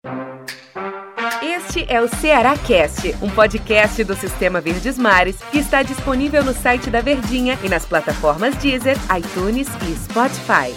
Este é o Ceará Cast, um podcast do Sistema Verdes Mares que está disponível no site da Verdinha e nas plataformas Deezer, iTunes e Spotify.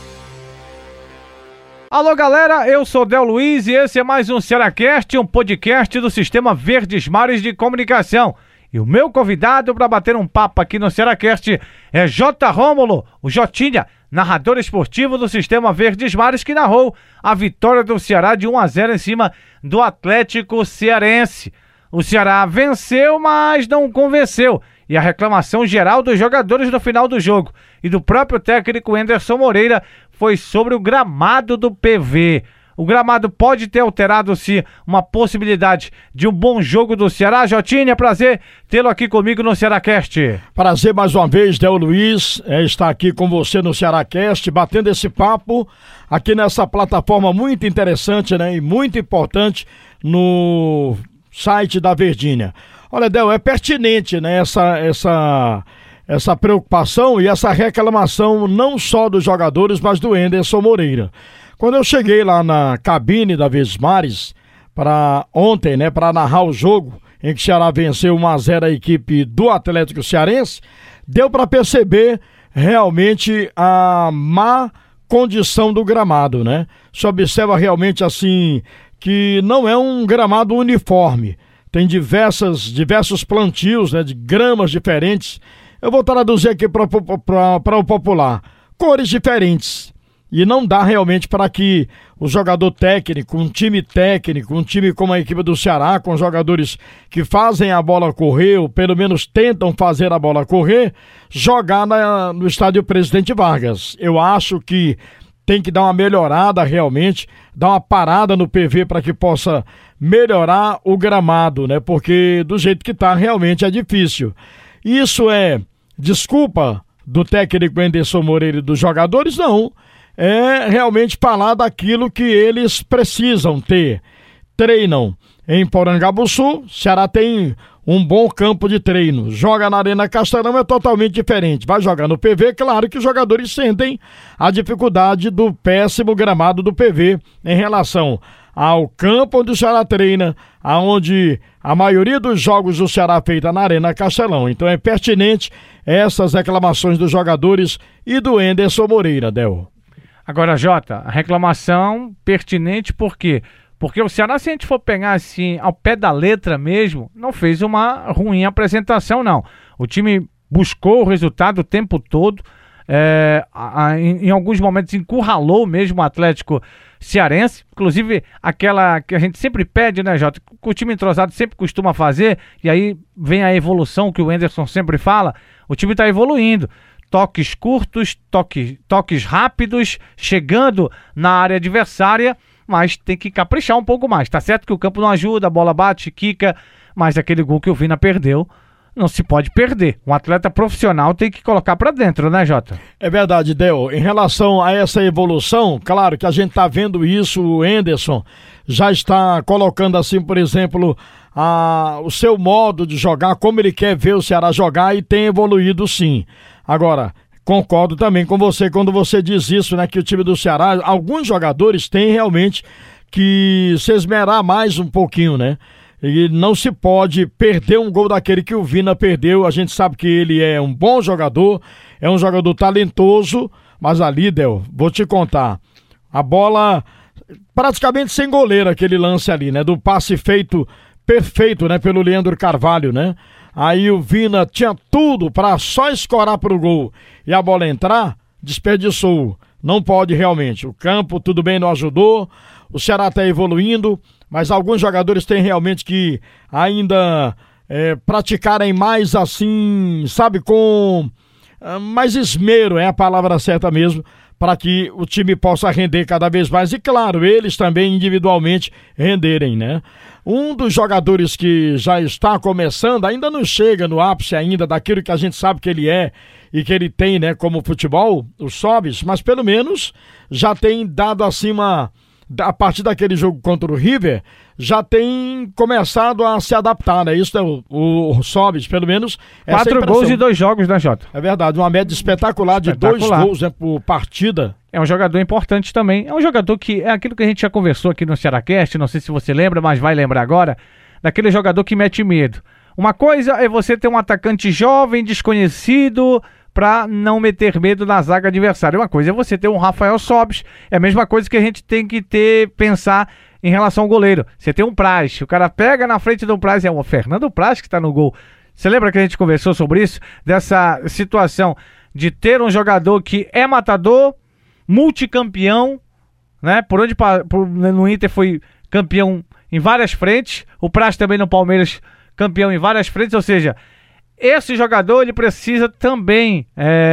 Alô galera, eu sou Del Luiz e esse é mais um Ceará Cast, um podcast do Sistema Verdes Mares de Comunicação. E o meu convidado para bater um papo aqui no Ceará Cast é J. Rômulo, o Jotinha, narrador esportivo do Sistema Verdes Mares, que narrou a vitória do Ceará de 1-0 em cima do Atlético Cearense. O Ceará venceu, mas não convenceu. E a reclamação geral dos jogadores no final do jogo e do próprio técnico Anderson Moreira foi sobre o gramado do PV. O gramado pode ter alterado-se uma possibilidade de um bom jogo do Ceará. Jotinha, prazer tê-lo aqui comigo no CearáCast. Prazer mais uma vez, Del Luiz, estar aqui com você no CearáCast, batendo esse papo aqui nessa plataforma muito interessante, né, e muito importante no site da Verdinha. Olha, Del, é pertinente, né, essa preocupação e essa reclamação não só dos jogadores, mas do Anderson Moreira. Quando eu cheguei lá na cabine da Verdes Mares para ontem, né, para narrar o jogo em que o Ceará venceu 1-0 a equipe do Atlético Cearense, deu para perceber realmente a má condição do gramado, né? Se observa realmente assim que não é um gramado uniforme, tem diversos plantios, né, de gramas diferentes. Eu vou traduzir aqui para o popular, cores diferentes. E não dá realmente para que o jogador técnico, um time como a equipe do Ceará, com jogadores que fazem a bola correr, ou pelo menos tentam fazer a bola correr, jogar no estádio Presidente Vargas. Eu acho que tem que dar uma melhorada realmente, dar uma parada no PV para que possa melhorar o gramado, né? Porque do jeito que tá, realmente é difícil. Isso é desculpa do técnico Anderson Moreira e dos jogadores? Não. É realmente falar daquilo que eles precisam ter. Treinam em Porangabuçu, Ceará tem um bom campo de treino. Joga na Arena Castelão, é totalmente diferente. Vai jogar no PV, claro que os jogadores sentem a dificuldade do péssimo gramado do PV em relação ao campo onde o Ceará treina, aonde a maioria dos jogos do Ceará é feita na Arena Castelão. Então é pertinente essas reclamações dos jogadores e do Anderson Moreira, Del. Agora, Jota, a reclamação pertinente por quê? Porque o Ceará, se a gente for pegar assim, ao pé da letra mesmo, não fez uma ruim apresentação, não. O time buscou o resultado o tempo todo, em alguns momentos encurralou mesmo o Atlético Cearense, inclusive aquela que a gente sempre pede, né, Jota, que o time entrosado sempre costuma fazer, e aí vem a evolução que o Anderson sempre fala, o time está evoluindo. Toques curtos, toques rápidos, chegando na área adversária, mas tem que caprichar um pouco mais. Tá certo que o campo não ajuda, a bola bate, quica, mas aquele gol que o Vina perdeu, não se pode perder. Um atleta profissional tem que colocar pra dentro, né, Jota? É verdade, Del. Em relação a essa evolução, claro que a gente tá vendo isso, o Anderson já está colocando assim, por exemplo, o seu modo de jogar, como ele quer ver o Ceará jogar, e tem evoluído sim. Agora, concordo também com você quando você diz isso, né, que o time do Ceará, alguns jogadores têm realmente que se esmerar mais um pouquinho, né? E não se pode perder um gol daquele que o Vina perdeu. A gente sabe que ele é um bom jogador, é um jogador talentoso, mas ali, Del, vou te contar, a bola praticamente sem goleiro, aquele lance ali, né, do passe feito perfeito, né, pelo Leandro Carvalho, né? Aí o Vina tinha tudo para só escorar pro gol e a bola entrar, desperdiçou. Não pode realmente. O campo, tudo bem, não ajudou. O Ceará está evoluindo, mas alguns jogadores têm realmente que ainda praticarem mais assim, sabe, com mais esmero, é a palavra certa mesmo, para que o time possa render cada vez mais. E claro, eles também individualmente renderem, né? Um dos jogadores que já está começando, ainda não chega no ápice ainda daquilo que a gente sabe que ele é e que ele tem, né, como futebol, o Sobis, mas pelo menos já tem dado assim a partir daquele jogo contra o River, já tem começado a se adaptar, né? Isso é o Sobis, pelo menos. 4 gols em 2 jogos, né, Jota? É verdade, uma média espetacular de 2 gols, né, por partida. É um jogador importante também. É um jogador que é aquilo que a gente já conversou aqui no Cearacast, não sei se você lembra, mas vai lembrar agora, daquele jogador que mete medo. Uma coisa é você ter um atacante jovem, desconhecido, para não meter medo na zaga adversária. Uma coisa é você ter um Rafael Sobis, é a mesma coisa que a gente tem que pensar em relação ao goleiro. Você tem um Praz, o cara pega na frente do Praz, é o Fernando Praz que está no gol. Você lembra que a gente conversou sobre isso? Dessa situação de ter um jogador que é matador, multicampeão, né? No Inter foi campeão em várias frentes, o Praz também no Palmeiras campeão em várias frentes, ou seja, esse jogador ele precisa também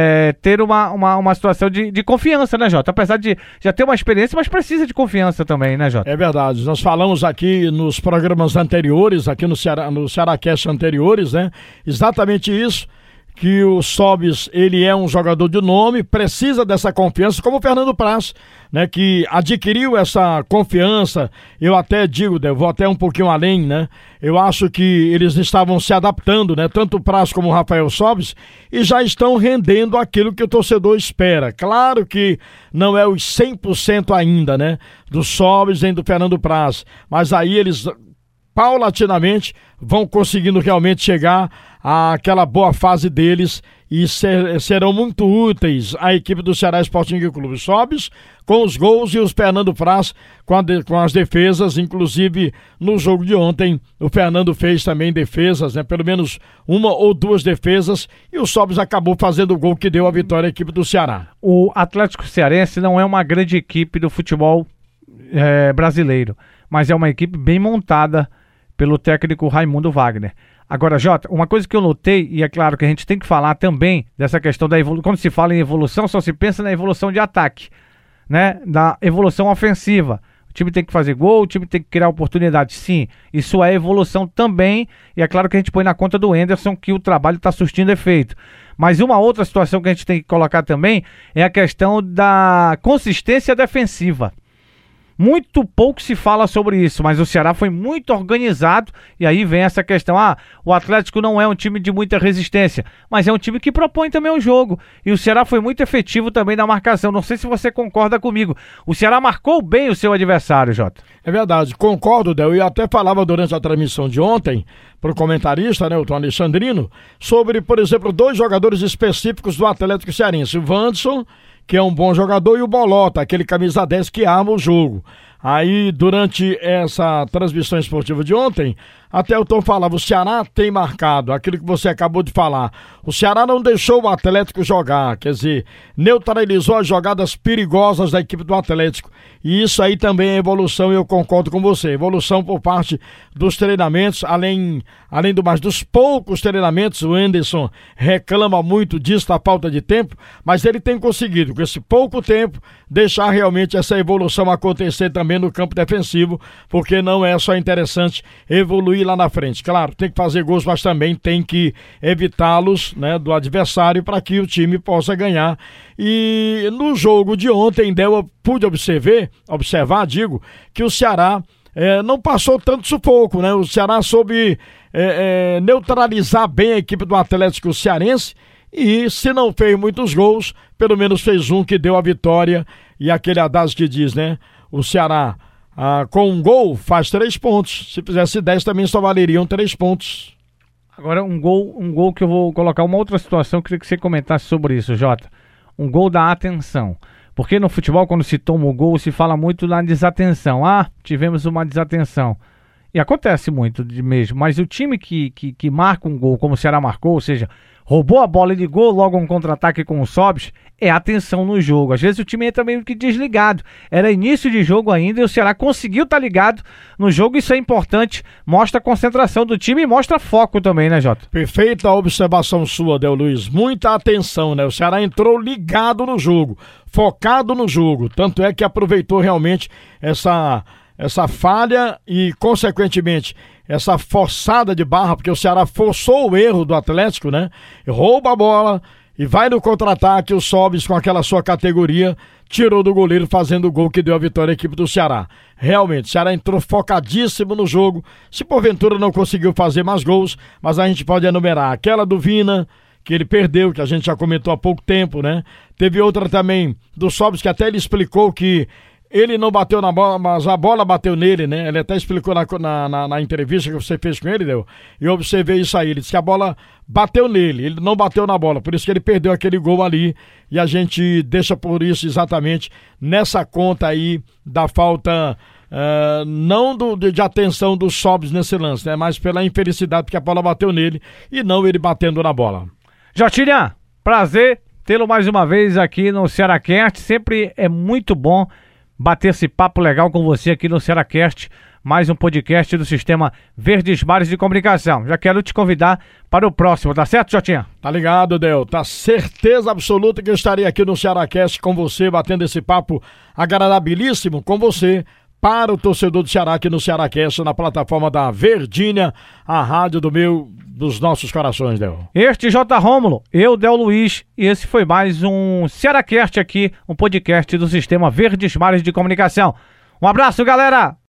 ter uma situação de confiança, né, Jota? Apesar de já ter uma experiência, mas precisa de confiança também, né, Jota? É verdade, nós falamos aqui nos programas anteriores, aqui no Cearacast anteriores, né? Exatamente isso, que o Sobis, ele é um jogador de nome, precisa dessa confiança, como o Fernando Praz, né, que adquiriu essa confiança. Eu até digo, eu vou até um pouquinho além, né, eu acho que eles estavam se adaptando, né, tanto o Praz como o Rafael Sobis, e já estão rendendo aquilo que o torcedor espera. Claro que não é os 100% ainda, né, do Sobis nem do Fernando Praz, mas aí eles paulatinamente vão conseguindo realmente chegar àquela boa fase deles e serão muito úteis à equipe do Ceará Sporting Clube. Sobis com os gols e os Fernando Praz com as defesas, inclusive no jogo de ontem o Fernando fez também defesas, né? Pelo menos 1 ou 2 defesas, e o Sobis acabou fazendo o gol que deu a vitória à equipe do Ceará. O Atlético Cearense não é uma grande equipe do futebol brasileiro, mas é uma equipe bem montada pelo técnico Raimundo Wagner. Agora, Jota, uma coisa que eu notei, e é claro que a gente tem que falar também dessa questão da evolução, quando se fala em evolução, só se pensa na evolução de ataque, né? Da evolução ofensiva. O time tem que fazer gol, o time tem que criar oportunidade. Sim, isso é evolução também, e é claro que a gente põe na conta do Anderson que o trabalho está surtindo efeito. Mas uma outra situação que a gente tem que colocar também é a questão da consistência defensiva. Muito pouco se fala sobre isso, mas o Ceará foi muito organizado, e aí vem essa questão, o Atlético não é um time de muita resistência, mas é um time que propõe também o jogo, e o Ceará foi muito efetivo também na marcação. Não sei se você concorda comigo, o Ceará marcou bem o seu adversário, Jota. É verdade, concordo, Del, e até falava durante a transmissão de ontem para o comentarista, né, o Tom Alexandrino, sobre, por exemplo, 2 jogadores específicos do Atlético Cearense, o Wanderson, que é um bom jogador, e o Bolota, aquele camisa 10 que arma o jogo. Aí, durante essa transmissão esportiva de ontem, até o Tom falava, o Ceará tem marcado, aquilo que você acabou de falar. O Ceará não deixou o Atlético jogar, quer dizer, neutralizou as jogadas perigosas da equipe do Atlético. E isso aí também é evolução, e eu concordo com você. Evolução por parte dos treinamentos, além do mais, dos poucos treinamentos. O Anderson reclama muito disso, da falta de tempo, mas ele tem conseguido, com esse pouco tempo, deixar realmente essa evolução acontecer também no campo defensivo, porque não é só interessante evoluir lá na frente. Claro, tem que fazer gols, mas também tem que evitá-los, né, do adversário, para que o time possa ganhar. E no jogo de ontem, eu pude observar, que o Ceará não passou tanto sufoco, né? O Ceará soube neutralizar bem a equipe do Atlético Cearense, e se não fez muitos gols, pelo menos fez um que deu a vitória. E aquele adágio que diz, né? O Ceará com um gol faz 3 pontos. Se fizesse 10 também só valeriam 3 pontos. Agora um gol que eu vou colocar uma outra situação, queria que você comentasse sobre isso, Jota. Um gol da atenção. Porque no futebol, quando se toma o gol, se fala muito na desatenção. Tivemos uma desatenção. E acontece muito mesmo. Mas o time que marca um gol, como o Ceará marcou, ou seja, roubou a bola e ligou logo um contra-ataque com o Sobis, é atenção no jogo. Às vezes o time entra meio que desligado. Era início de jogo ainda e o Ceará conseguiu estar ligado no jogo. Isso é importante. Mostra a concentração do time e mostra foco também, né, Jota? Perfeita observação sua, Del Luiz. Muita atenção, né? O Ceará entrou ligado no jogo, focado no jogo. Tanto é que aproveitou realmente essa falha e, consequentemente, essa forçada de barra, porque o Ceará forçou o erro do Atlético, né? Rouba a bola e vai no contra-ataque, o Sobis com aquela sua categoria, tirou do goleiro fazendo o gol que deu a vitória à equipe do Ceará. Realmente, o Ceará entrou focadíssimo no jogo, se porventura não conseguiu fazer mais gols, mas a gente pode enumerar aquela do Vina, que ele perdeu, que a gente já comentou há pouco tempo, né? Teve outra também do Sobis, que até ele explicou que ele não bateu na bola, mas a bola bateu nele, né? Ele até explicou na entrevista que você fez com ele, Del. E eu observei isso aí. Ele disse que a bola bateu nele, ele não bateu na bola. Por isso que ele perdeu aquele gol ali. E a gente deixa por isso exatamente nessa conta aí da falta, não de atenção dos Sobis nesse lance, né? Mas pela infelicidade, porque a bola bateu nele e não ele batendo na bola. Jotinha, prazer tê-lo mais uma vez aqui no Cearacast. Sempre é muito bom bater esse papo legal com você aqui no Cearacast, mais um podcast do Sistema Verdes Mares de Comunicação. Já quero te convidar para o próximo, tá certo, Jotinha? Tá ligado, Del? Tá certeza absoluta que eu estarei aqui no Cearacast com você, batendo esse papo agradabilíssimo com você, para o torcedor do Ceará aqui no Cearacast, na plataforma da Verdinha, a rádio dos nossos corações, Del. Este J. Rômulo, eu, Del Luiz, e esse foi mais um Cearacast aqui, um podcast do Sistema Verdes Mares de Comunicação. Um abraço, galera!